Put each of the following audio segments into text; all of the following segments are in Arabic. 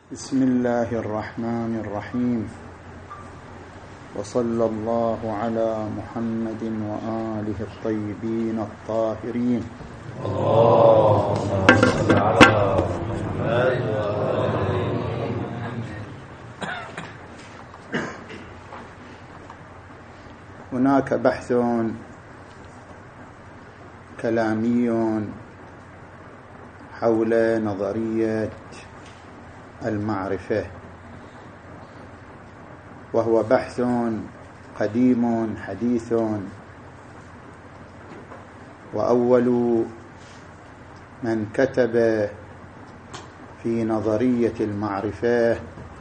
بسم الله الرحمن الرحيم، وصلى الله على محمد وآله الطيبين الطاهرين. اللهم صل على محمد وآله. هناك بحث كلامي حول نظرية المعرفة، وهو بحث قديم حديث، وأول من كتب في نظرية المعرفة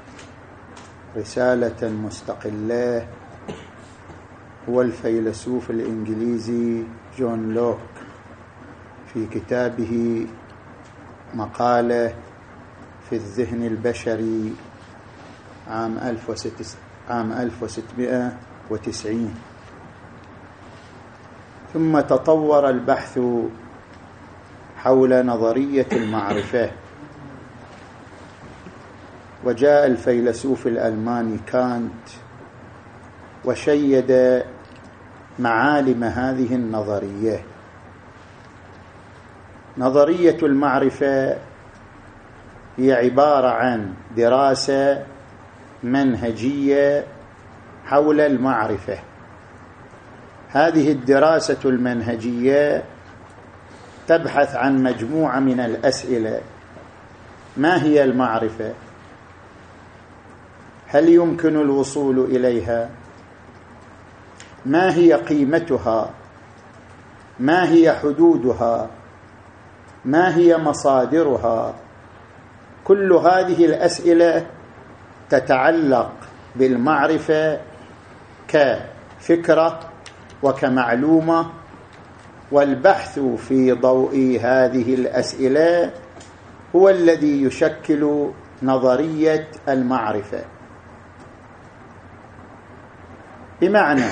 رسالة مستقلة هو الفيلسوف الإنجليزي جون لوك، في كتابه مقالة في الذهن البشري عام 1690. ثم تطور البحث حول نظرية المعرفة، وجاء الفيلسوف الألماني كانت وشيد معالم هذه النظرية. نظرية المعرفة هي عبارة عن دراسة منهجية حول المعرفة. هذه الدراسة المنهجية تبحث عن مجموعة من الأسئلة: ما هي المعرفة؟ هل يمكن الوصول إليها؟ ما هي قيمتها؟ ما هي حدودها؟ ما هي مصادرها؟ كل هذه الأسئلة تتعلق بالمعرفة كفكرة وكمعلومة، والبحث في ضوء هذه الأسئلة هو الذي يشكل نظرية المعرفة. بمعنى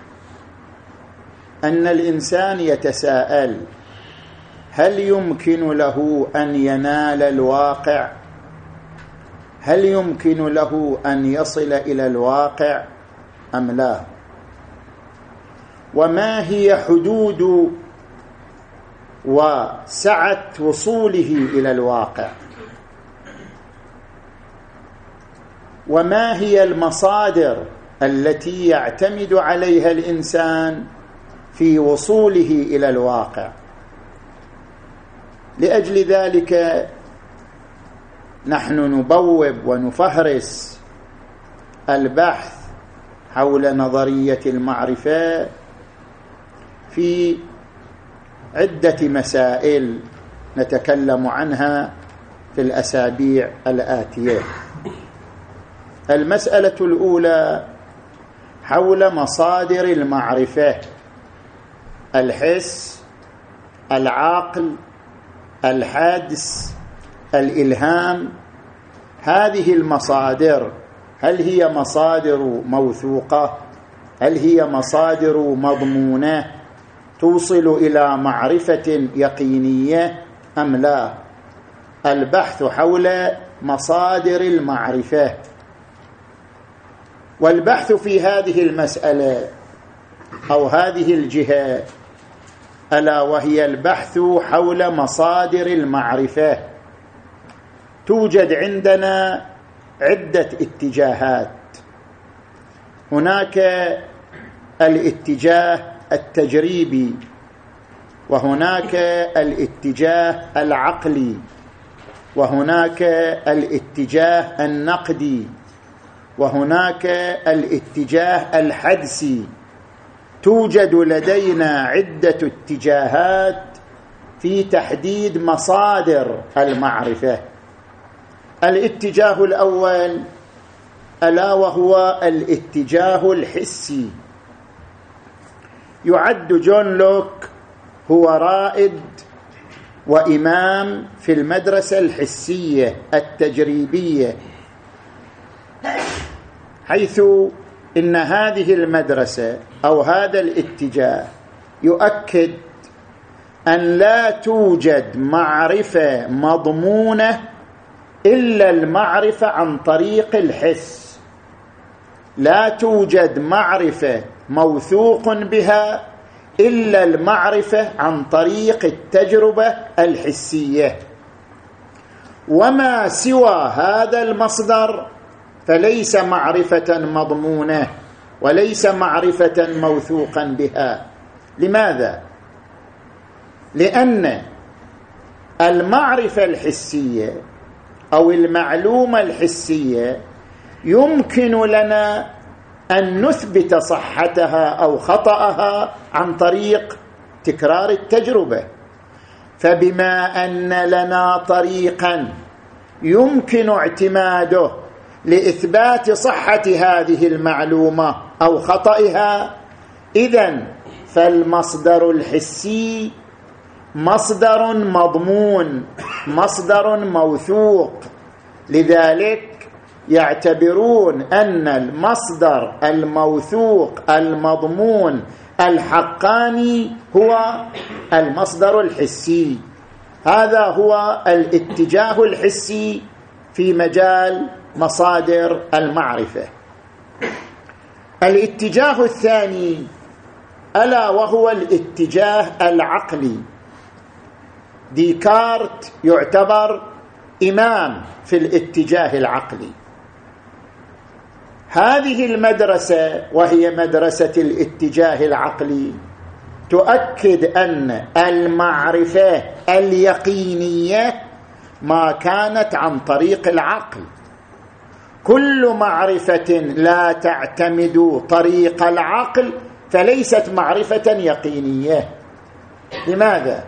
أن الإنسان يتساءل: هل يمكن له أن ينال الواقع؟ هل يمكن له أن يصل إلى الواقع أم لا؟ وما هي حدود وسعة وصوله إلى الواقع؟ وما هي المصادر التي يعتمد عليها الإنسان في وصوله إلى الواقع؟ لأجل ذلك نحن نبوب ونفهرس البحث حول نظرية المعرفة في عدة مسائل نتكلم عنها في الأسابيع الآتية. المسألة الأولى حول مصادر المعرفة: الحس، العقل، الحدس، الإلهام. هذه المصادر هل هي مصادر موثوقة؟ هل هي مصادر مضمونة توصل إلى معرفة يقينية أم لا؟ البحث حول مصادر المعرفة. والبحث في هذه المسألة أو هذه الجهة ألا وهي البحث حول مصادر المعرفة، توجد عندنا عدة اتجاهات. هناك الاتجاه التجريبي، وهناك الاتجاه العقلي، وهناك الاتجاه النقدي، وهناك الاتجاه الحدسي. توجد لدينا عدة اتجاهات في تحديد مصادر المعرفة. الاتجاه الأول ألا وهو الاتجاه الحسي. يعد جون لوك هو رائد وإمام في المدرسة الحسية التجريبية، حيث إن هذه المدرسة أو هذا الاتجاه يؤكد أن لا توجد معرفة مضمونة إلا المعرفة عن طريق الحس، لا توجد معرفة موثوق بها إلا المعرفة عن طريق التجربة الحسية، وما سوى هذا المصدر فليس معرفة مضمونة وليس معرفة موثوقا بها. لماذا؟ لأن المعرفة الحسية أو المعلومة الحسية يمكن لنا أن نثبت صحتها أو خطأها عن طريق تكرار التجربة، فبما أن لنا طريقا يمكن اعتماده لإثبات صحة هذه المعلومة أو خطئها، إذن فالمصدر الحسي مصدر مضمون، مصدر موثوق. لذلك يعتبرون أن المصدر الموثوق المضمون الحقاني هو المصدر الحسي. هذا هو الاتجاه الحسي في مجال مصادر المعرفة. الاتجاه الثاني ألا وهو الاتجاه العقلي. ديكارت يعتبر إمام في الاتجاه العقلي. هذه المدرسة وهي مدرسة الاتجاه العقلي تؤكد أن المعرفة اليقينية ما كانت عن طريق العقل. كل معرفة لا تعتمد طريق العقل فليست معرفة يقينية. لماذا؟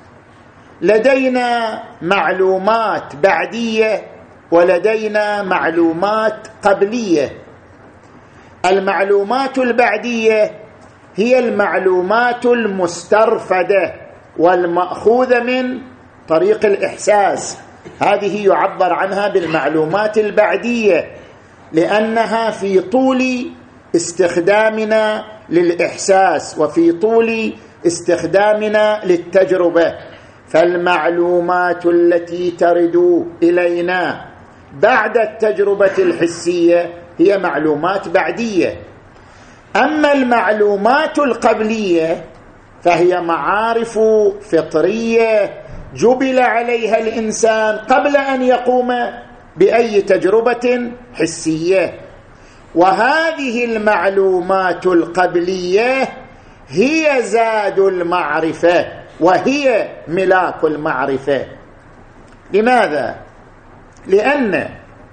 لدينا معلومات بعدية ولدينا معلومات قبلية. المعلومات البعدية هي المعلومات المسترفدة والمأخوذة من طريق الإحساس، هذه يعبر عنها بالمعلومات البعدية لأنها في طول استخدامنا للإحساس وفي طول استخدامنا للتجربة. فالمعلومات التي ترد إلينا بعد التجربة الحسية هي معلومات بعدية. أما المعلومات القبلية فهي معارف فطرية جبل عليها الإنسان قبل أن يقوم بأي تجربة حسية، وهذه المعلومات القبلية هي زاد المعرفة وهي ملاك المعرفة. لماذا؟ لأن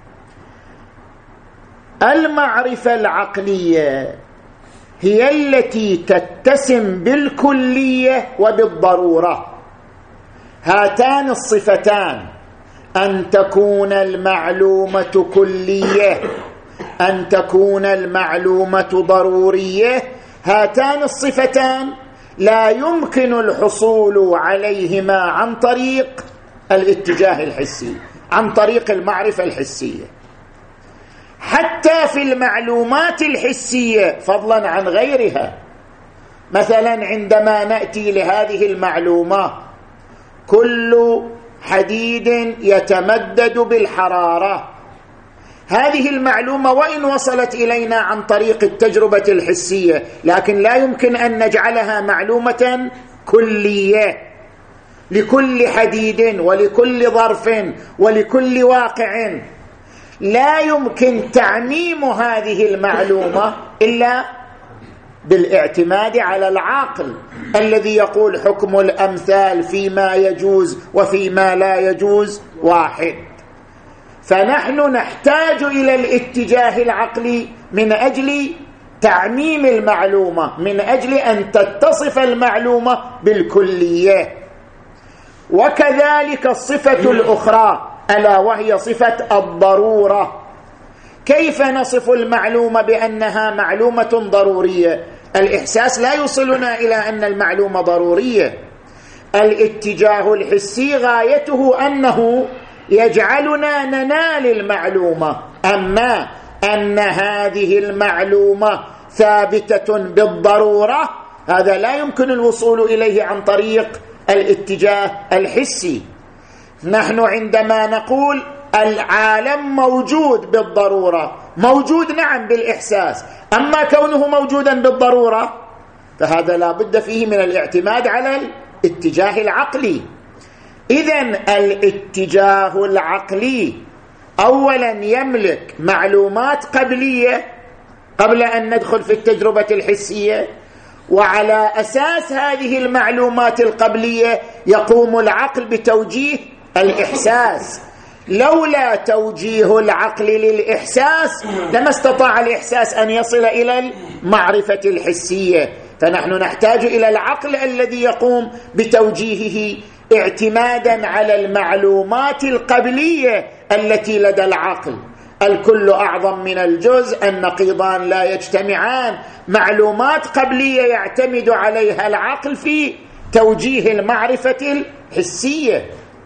المعرفة العقلية هي التي تتسم بالكلية وبالضرورة. هاتان الصفتان، أن تكون المعلومة كلية، أن تكون المعلومة ضرورية، هاتان الصفتان لا يمكن الحصول عليهما عن طريق الاتجاه الحسي، عن طريق المعرفة الحسية. حتى في المعلومات الحسية فضلا عن غيرها، مثلا عندما نأتي لهذه المعلومة كل حديد يتمدد بالحرارة، هذه المعلومة وإن وصلت إلينا عن طريق التجربة الحسية لكن لا يمكن أن نجعلها معلومة كلية لكل حديد ولكل ظرف ولكل واقع. لا يمكن تعميم هذه المعلومة إلا بالاعتماد على العقل الذي يقول حكم الأمثال فيما يجوز وفيما لا يجوز واحد. فنحن نحتاج إلى الاتجاه العقلي من أجل تعميم المعلومة، من أجل أن تتصف المعلومة بالكلية. وكذلك الصفة الأخرى ألا وهي صفة الضرورة. كيف نصف المعلومة بأنها معلومة ضرورية؟ الإحساس لا يوصلنا إلى أن المعلومة ضرورية. الاتجاه الحسي غايته أنه يجعلنا ننال المعلومة، أما أن هذه المعلومة ثابتة بالضرورة هذا لا يمكن الوصول إليه عن طريق الاتجاه الحسي. نحن عندما نقول العالم موجود بالضرورة، موجود نعم بالإحساس، أما كونه موجودا بالضرورة فهذا لا بد فيه من الاعتماد على الاتجاه العقلي. إذن الاتجاه العقلي أولا يملك معلومات قبلية قبل أن ندخل في التجربة الحسية، وعلى أساس هذه المعلومات القبلية يقوم العقل بتوجيه الإحساس. لولا توجيه العقل للإحساس لما استطاع الإحساس أن يصل إلى المعرفة الحسية، فنحن نحتاج إلى العقل الذي يقوم بتوجيهه اعتمادا على المعلومات القبلية التي لدى العقل. الكل أعظم من الجزء، النقيضان لا يجتمعان، معلومات قبلية يعتمد عليها العقل في توجيه المعرفة الحسية.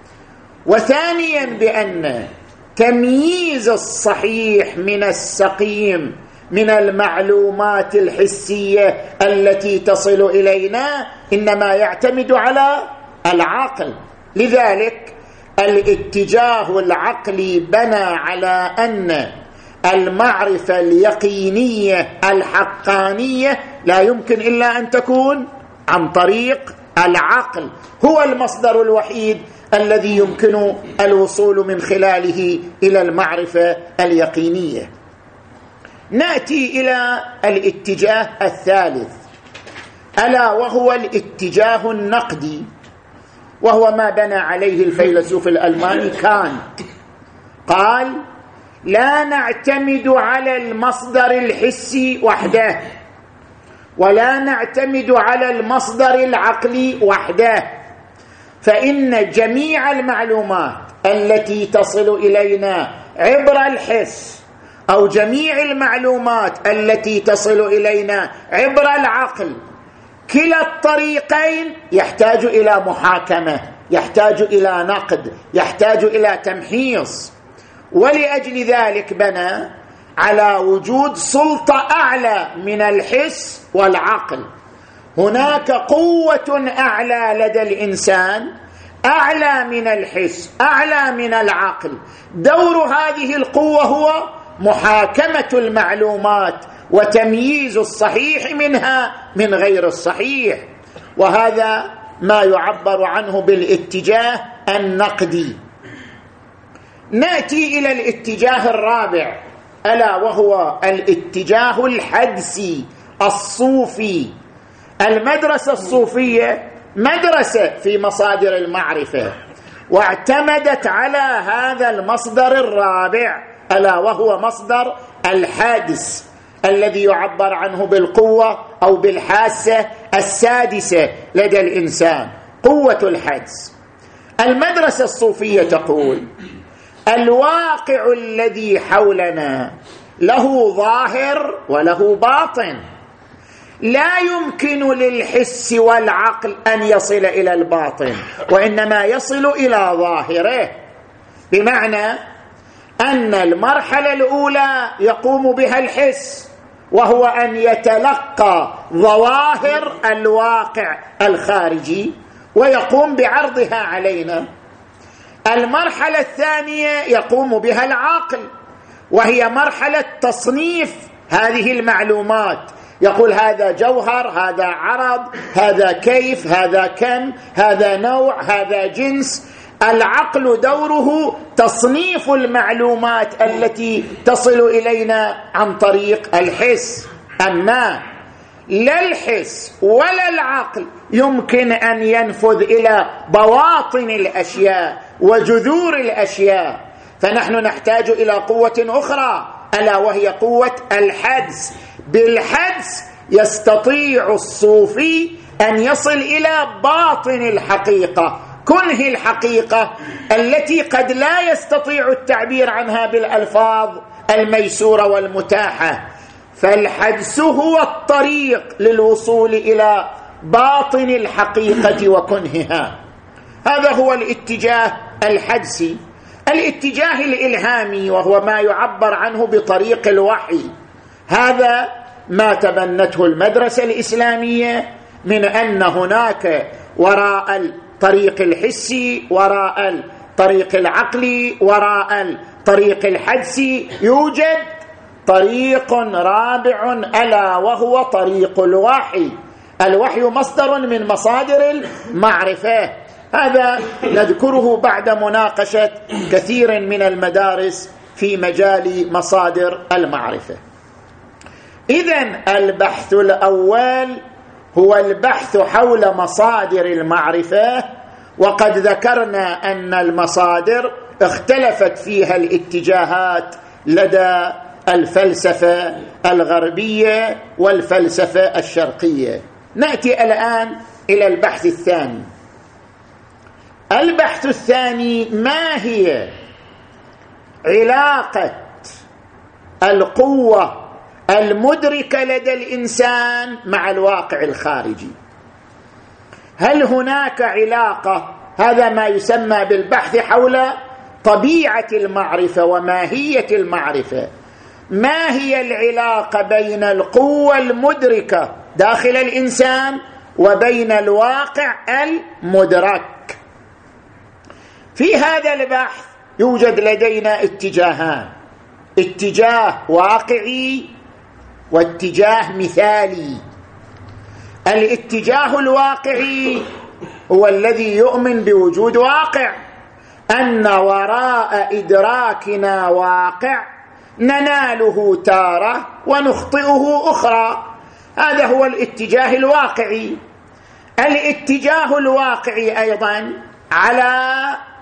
وثانيا بأن تمييز الصحيح من السقيم من المعلومات الحسية التي تصل إلينا إنما يعتمد على العقل. لذلك الاتجاه العقلي بنى على أن المعرفة اليقينية الحقانية لا يمكن إلا أن تكون عن طريق العقل، هو المصدر الوحيد الذي يمكن الوصول من خلاله إلى المعرفة اليقينية. نأتي إلى الاتجاه الثالث، ألا وهو الاتجاه النقدي، وهو ما بنى عليه الفيلسوف الألماني كانت. قال: لا نعتمد على المصدر الحسي وحده، ولا نعتمد على المصدر العقلي وحده، فإن جميع المعلومات التي تصل إلينا عبر الحس أو جميع المعلومات التي تصل إلينا عبر العقل، كلا الطريقين يحتاج إلى محاكمة، يحتاج إلى نقد، يحتاج إلى تمحيص. ولأجل ذلك بنى على وجود سلطة أعلى من الحس والعقل. هناك قوة أعلى لدى الإنسان، أعلى من الحس، أعلى من العقل. دور هذه القوة هو محاكمة المعلومات وتمييز الصحيح منها من غير الصحيح، وهذا ما يعبر عنه بالاتجاه النقدي. نأتي إلى الاتجاه الرابع، ألا وهو الاتجاه الحدسي الصوفي. المدرسة الصوفية مدرسة في مصادر المعرفة، واعتمدت على هذا المصدر الرابع، ألا وهو مصدر الحادث الذي يعبر عنه بالقوة أو بالحاسة السادسة لدى الإنسان، قوة الحدس. المدرسة الصوفية تقول: الواقع الذي حولنا له ظاهر وله باطن، لا يمكن للحس والعقل أن يصل إلى الباطن، وإنما يصل إلى ظاهره، بمعنى أن المرحلة الأولى يقوم بها الحس، وهو أن يتلقى ظواهر الواقع الخارجي ويقوم بعرضها علينا. المرحلة الثانية يقوم بها العقل، وهي مرحلة تصنيف هذه المعلومات، يقول هذا جوهر، هذا عرض، هذا كيف، هذا كم، هذا نوع، هذا جنس. العقل دوره تصنيف المعلومات التي تصل إلينا عن طريق الحس. أما لا الحس ولا العقل يمكن أن ينفذ إلى بواطن الأشياء وجذور الأشياء، فنحن نحتاج إلى قوة أخرى، ألا وهي قوة الحدس. بالحدس يستطيع الصوفي أن يصل إلى باطن الحقيقة، كنه الحقيقة التي قد لا يستطيع التعبير عنها بالألفاظ الميسورة والمتاحة. فالحدس هو الطريق للوصول إلى باطن الحقيقة وكنهها. هذا هو الاتجاه الحدسي. الاتجاه الإلهامي، وهو ما يعبر عنه بطريق الوحي، هذا ما تبنته المدرسة الإسلامية من أن هناك وراء الطريق الحسي، وراء طريق العقل وراء الطريق الحدسي يوجد طريق رابع، ألا وهو طريق الوحي. الوحي مصدر من مصادر المعرفة، هذا نذكره بعد مناقشة كثير من المدارس في مجال مصادر المعرفة. إذن البحث الأول هو البحث حول مصادر المعرفة، وقد ذكرنا أن المصادر اختلفت فيها الاتجاهات لدى الفلسفة الغربية والفلسفة الشرقية. نأتي الآن إلى البحث الثاني. البحث الثاني: ما هي علاقة القوة المدركة لدى الإنسان مع الواقع الخارجي؟ هل هناك علاقة؟ هذا ما يسمى بالبحث حول طبيعة المعرفة وماهية المعرفة. ما هي العلاقة بين القوة المدركة داخل الإنسان وبين الواقع المدرك؟ في هذا البحث يوجد لدينا اتجاهان: اتجاه واقعي واتجاه مثالي. الاتجاه الواقعي هو الذي يؤمن بوجود واقع، أن وراء إدراكنا واقع نناله تارة ونخطئه أخرى. هذا هو الاتجاه الواقعي. الاتجاه الواقعي أيضا على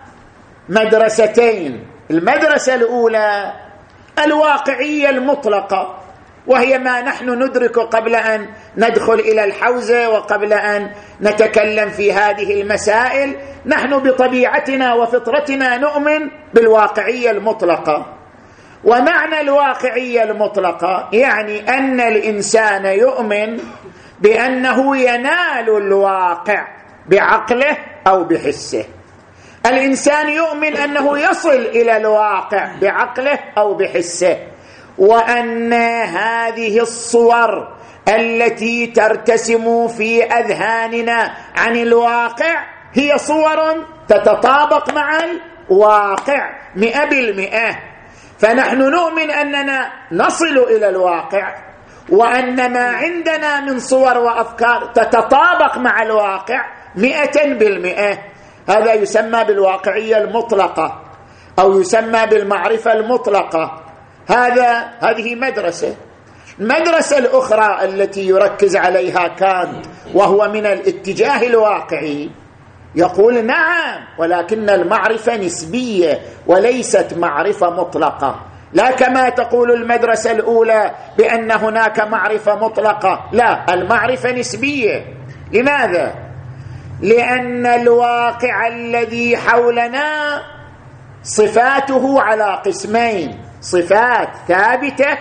مدرستين: المدرسة الأولى الواقعية المطلقة، وهي ما نحن ندرك قبل أن ندخل إلى الحوزة وقبل أن نتكلم في هذه المسائل. نحن بطبيعتنا وفطرتنا نؤمن بالواقعية المطلقة. ومعنى الواقعية المطلقة يعني أن الإنسان يؤمن بأنه ينال الواقع بعقله أو بحسه. الإنسان يؤمن أنه يصل إلى الواقع بعقله أو بحسه، وأن هذه الصور التي ترتسم في أذهاننا عن الواقع هي صور تتطابق مع الواقع 100%. فنحن نؤمن أننا نصل إلى الواقع، وأن ما عندنا من صور وأفكار تتطابق مع الواقع 100%. هذا يسمى بالواقعية المطلقة أو يسمى بالمعرفة المطلقة. هذه مدرسة. المدرسة الأخرى التي يركز عليها كانت وهو من الاتجاه الواقعي يقول: نعم، ولكن المعرفة نسبية وليست معرفة مطلقة. لا كما تقول المدرسة الأولى بأن هناك معرفة مطلقة، لا، المعرفة نسبية. لماذا؟ لأن الواقع الذي حولنا صفاته على قسمين: صفات ثابتة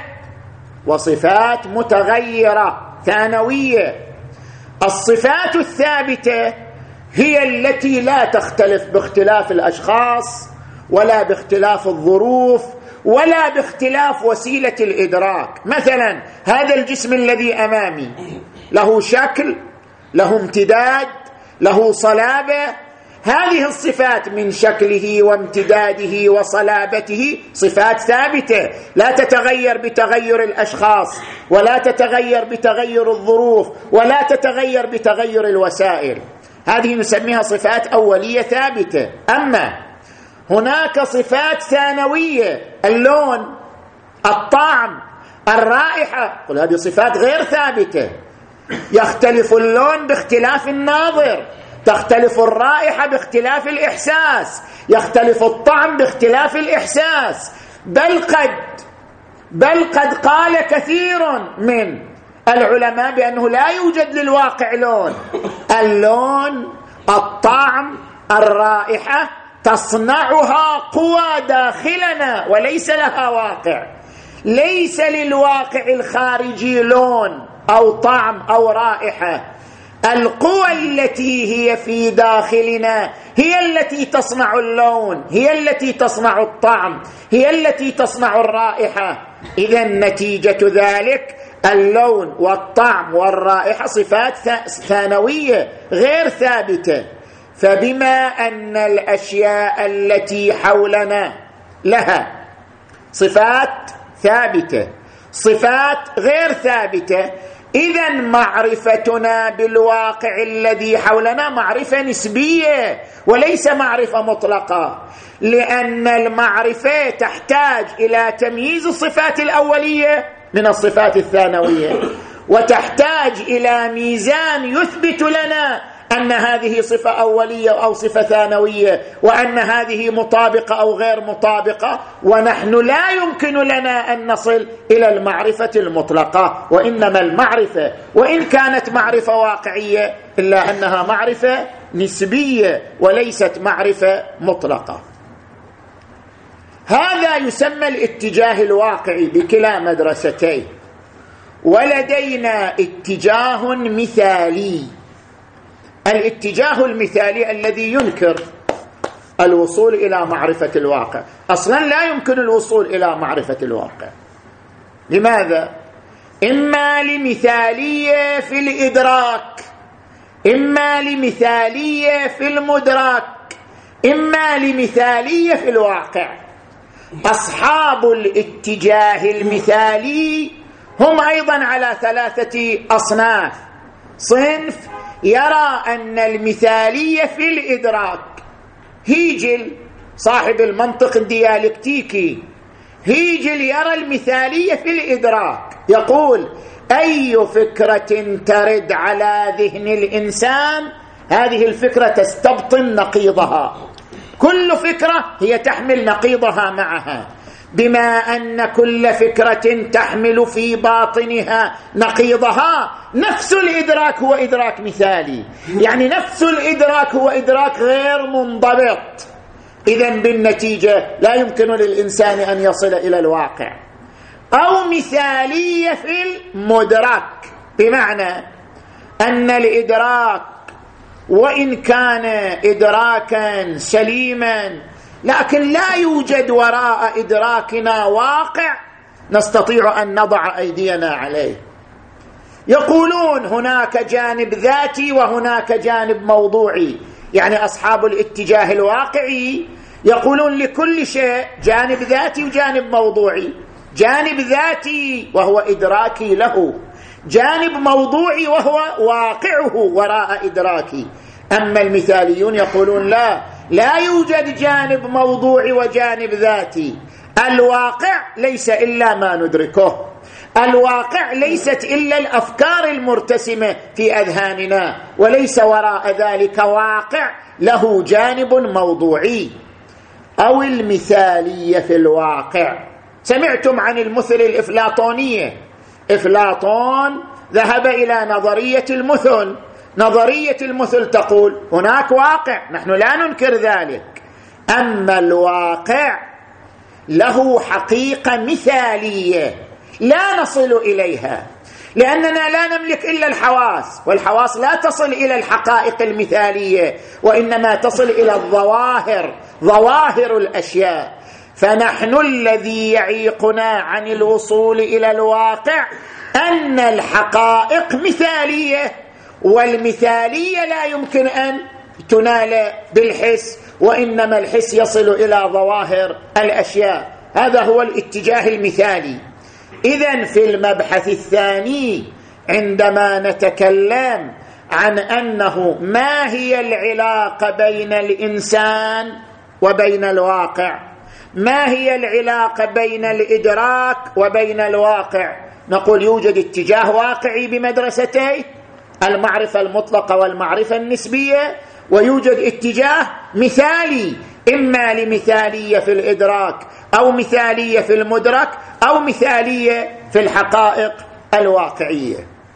وصفات متغيرة ثانوية. الصفات الثابتة هي التي لا تختلف باختلاف الأشخاص ولا باختلاف الظروف ولا باختلاف وسيلة الإدراك. مثلا هذا الجسم الذي أمامي له شكل، له امتداد، له صلابة. هذه الصفات من شكله وامتداده وصلابته صفات ثابتة لا تتغير بتغير الأشخاص ولا تتغير بتغير الظروف ولا تتغير بتغير الوسائل. هذه نسميها صفات أولية ثابتة. أما هناك صفات ثانوية: اللون، الطعم، الرائحة. قل هذه صفات غير ثابتة. يختلف اللون باختلاف الناظر، تختلف الرائحة باختلاف الإحساس، يختلف الطعم باختلاف الإحساس. بل قد قال كثير من العلماء بأنه لا يوجد للواقع لون. اللون، الطعم، الرائحة تصنعها قوى داخلنا وليس لها واقع. ليس للواقع الخارجي لون أو طعم أو رائحة. القوى التي هي في داخلنا هي التي تصنع اللون، هي التي تصنع الطعم، هي التي تصنع الرائحة. إذن نتيجة ذلك اللون والطعم والرائحة صفات ثانوية غير ثابتة. فبما أن الأشياء التي حولنا لها صفات ثابتة صفات غير ثابتة، إذن معرفتنا بالواقع الذي حولنا معرفة نسبية وليس معرفة مطلقة، لأن المعرفة تحتاج إلى تمييز الصفات الأولية من الصفات الثانوية، وتحتاج إلى ميزان يثبت لنا أن هذه صفة أولية أو صفة ثانوية، وأن هذه مطابقة أو غير مطابقة، ونحن لا يمكن لنا أن نصل إلى المعرفة المطلقة، وإنما المعرفة وإن كانت معرفة واقعية إلا أنها معرفة نسبية وليست معرفة مطلقة. هذا يسمى الاتجاه الواقعي بكلا مدرستين. ولدينا اتجاه مثالي، الاتجاه المثالي الذي ينكر الوصول إلى معرفة الواقع، أصلا لا يمكن الوصول إلى معرفة الواقع. لماذا؟ إما لمثالية في الإدراك، إما لمثالية في المدرك، إما لمثالية في الواقع. أصحاب الاتجاه المثالي هم أيضا على 3 أصناف. صنف يرى أن المثالية في الإدراك، هيجل صاحب المنطق الديالكتيكي، هيجل يرى المثالية في الإدراك، يقول أي فكرة ترد على ذهن الإنسان هذه الفكرة تستبطن نقيضها، كل فكرة هي تحمل نقيضها معها، بما أن كل فكرة تحمل في باطنها نقيضها. نفس الإدراك هو إدراك مثالي، يعني نفس الإدراك هو إدراك غير منضبط. إذن بالنتيجة لا يمكن للإنسان أن يصل إلى الواقع. أو مثالية في المدرك، بمعنى أن الإدراك وإن كان إدراكا سليما لكن لا يوجد وراء إدراكنا واقع نستطيع أن نضع أيدينا عليه. يقولون هناك جانب ذاتي وهناك جانب موضوعي، يعني أصحاب الاتجاه الواقعي يقولون لكل شيء جانب ذاتي وجانب موضوعي، جانب ذاتي وهو إدراكي له، جانب موضوعي وهو واقعه وراء إدراكي. أما المثاليون يقولون لا يوجد جانب موضوعي وجانب ذاتي، الواقع ليس إلا ما ندركه، الواقع ليست إلا الأفكار المرتسمة في أذهاننا، وليس وراء ذلك واقع له جانب موضوعي. أو المثالية في الواقع، سمعتم عن المثل الإفلاطونية، إفلاطون ذهب إلى نظرية المثل، نظرية المثل تقول هناك واقع، نحن لا ننكر ذلك، أما الواقع له حقيقة مثالية لا نصل إليها، لأننا لا نملك إلا الحواس، والحواس لا تصل إلى الحقائق المثالية، وإنما تصل إلى الظواهر، ظواهر الأشياء. فنحن الذي يعيقنا عن الوصول إلى الواقع أن الحقائق مثالية، والمثالية لا يمكن أن تنال بالحس، وإنما الحس يصل إلى ظواهر الأشياء. هذا هو الاتجاه المثالي. إذن في المبحث الثاني عندما نتكلم عن أنه ما هي العلاقة بين الإنسان وبين الواقع، ما هي العلاقة بين الإدراك وبين الواقع، نقول يوجد اتجاه واقعي بمدرستي المعرفة المطلقة والمعرفة النسبية، ويوجد اتجاه مثالي، إما لمثالية في الإدراك أو مثالية في المدرك أو مثالية في الحقائق الواقعية.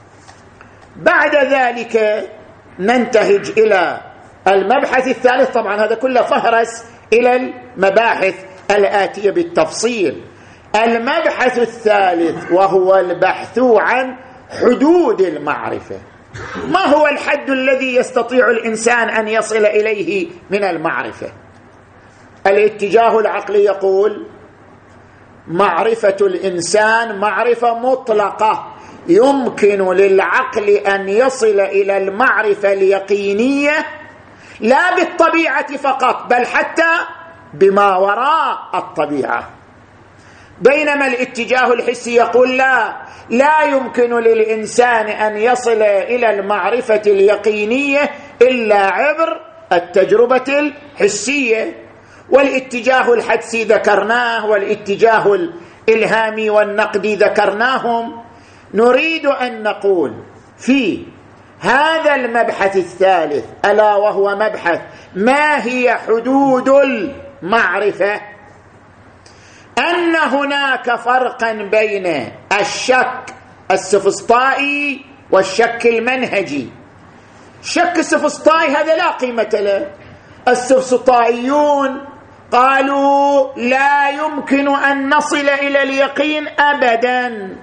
بعد ذلك ننتهج إلى المبحث الثالث، طبعا هذا كله فهرس إلى المباحث الآتية بالتفصيل. المبحث الثالث وهو البحث عن حدود المعرفة، ما هو الحد الذي يستطيع الإنسان أن يصل إليه من المعرفة؟ الاتجاه العقلي يقول معرفة الإنسان معرفة مطلقة، يمكن للعقل أن يصل إلى المعرفة اليقينية لا بالطبيعة فقط بل حتى بما وراء الطبيعة. بينما الاتجاه الحسي يقول لا يمكن للإنسان أن يصل إلى المعرفة اليقينية إلا عبر التجربة الحسية. والاتجاه الحدسي ذكرناه، والاتجاه الإلهامي والنقدي ذكرناهم. نريد أن نقول في هذا المبحث الثالث ألا وهو مبحث ما هي حدود المعرفة، أن هناك فرقا بين الشك السفسطائي والشك المنهجي. الشك السفسطائي هذا لا قيمة له. السفسطائيون قالوا لا يمكن أن نصل إلى اليقين أبدا.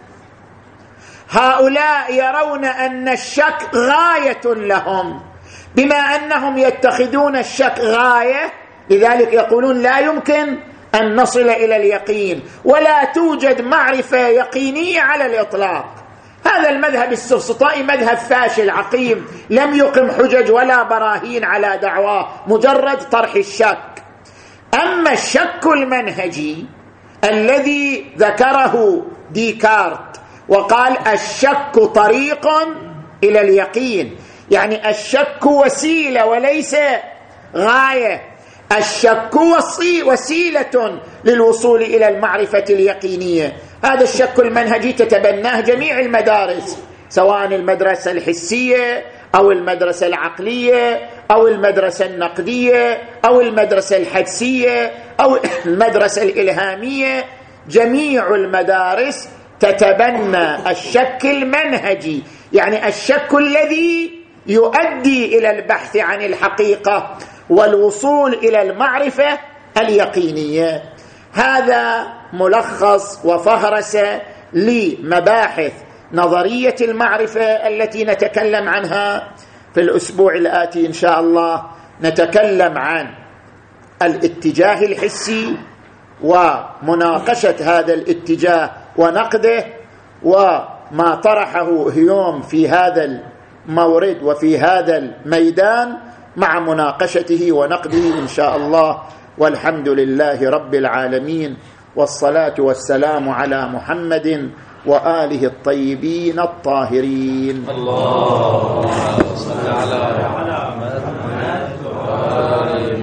هؤلاء يرون أن الشك غاية لهم، بما أنهم يتخذون الشك غاية لذلك يقولون لا يمكن أن نصل إلى اليقين ولا توجد معرفة يقينية على الإطلاق. هذا المذهب السفسطائي مذهب فاشل عقيم، لم يقم حجج ولا براهين على دعواه، مجرد طرح الشك. أما الشك المنهجي الذي ذكره ديكارت وقال الشك طريق إلى اليقين، يعني الشك وسيلة وليس غاية. الشك وسيلة للوصول إلى المعرفة اليقينية. هذا الشك المنهجي تتبناه جميع المدارس، سواء المدرسة الحسية أو المدرسة العقلية أو المدرسة النقدية أو المدرسة الحدسية أو المدرسة الإلهامية. جميع المدارس تتبنى الشك المنهجي، يعني الشك الذي يؤدي إلى البحث عن الحقيقة والوصول إلى المعرفة اليقينية. هذا ملخص وفهرسة لمباحث نظرية المعرفة التي نتكلم عنها. في الأسبوع الآتي إن شاء الله نتكلم عن الاتجاه الحسي ومناقشة هذا الاتجاه ونقده، وما طرحه هيوم في هذا المورد وفي هذا الميدان مع مناقشته ونقده إن شاء الله. والحمد لله رب العالمين، والصلاة والسلام على محمد وآله الطيبين الطاهرين. اللهم صل على محمد وآل